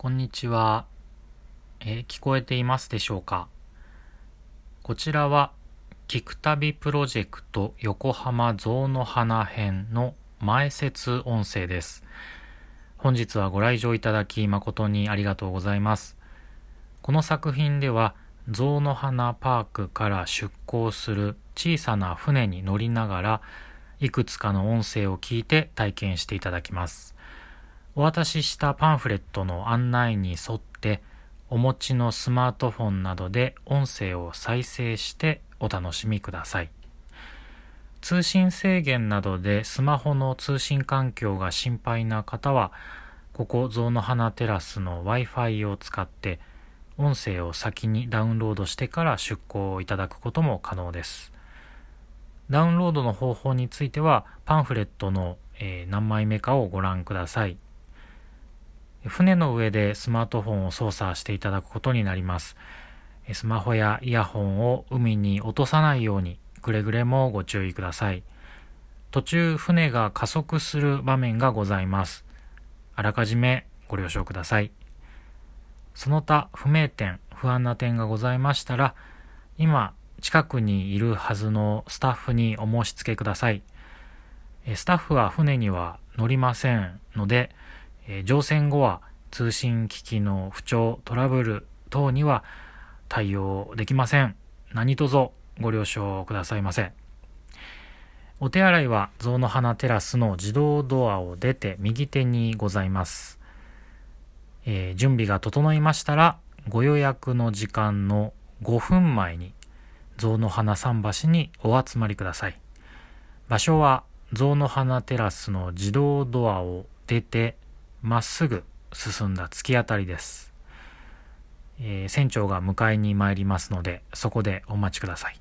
こんにちは、聞こえていますでしょうか。こちらは聞く旅プロジェクト横浜象の花編の前説音声です。本日はご来場いただき誠にありがとうございます。この作品では象の花パークから出港する小さな船に乗りながらいくつかの音声を聞いて体験していただきます。お渡ししたパンフレットの案内に沿ってお持ちのスマートフォンなどで音声を再生してお楽しみください。通信制限などでスマホの通信環境が心配な方は、ここ象の花テラスの Wi-Fi を使って音声を先にダウンロードしてから出稿いただくことも可能です。ダウンロードの方法についてはパンフレットの何枚目かをご覧ください。船の上でスマートフォンを操作していただくことになります。スマホやイヤホンを海に落とさないようにくれぐれもご注意ください。途中船が加速する場面がございます。あらかじめご了承ください。その他不明点、不安な点がございましたら、今近くにいるはずのスタッフにお申し付けください。スタッフは船には乗りませんので、乗船後は通信機器の不調、トラブル等には対応できません。何卒ご了承くださいませ。お手洗いは象の花テラスの自動ドアを出て右手にございます。準備が整いましたらご予約の時間の5分前に象の花桟橋にお集まりください。場所は象の花テラスの自動ドアを出てまっすぐ進んだ突き当たりです。船長が迎えに参りますので、そこでお待ちください。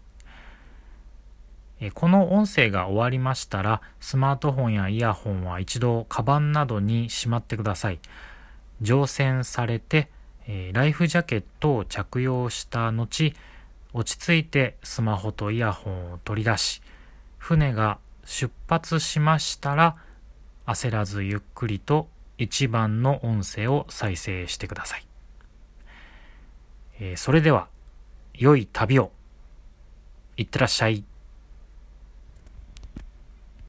この音声が終わりましたら、スマートフォンやイヤホンは一度カバンなどにしまってください。乗船されて、ライフジャケットを着用した後、落ち着いてスマホとイヤホンを取り出し、船が出発しましたら、焦らずゆっくりと1番の音声を再生してください。それでは良い旅を。いってらっしゃい。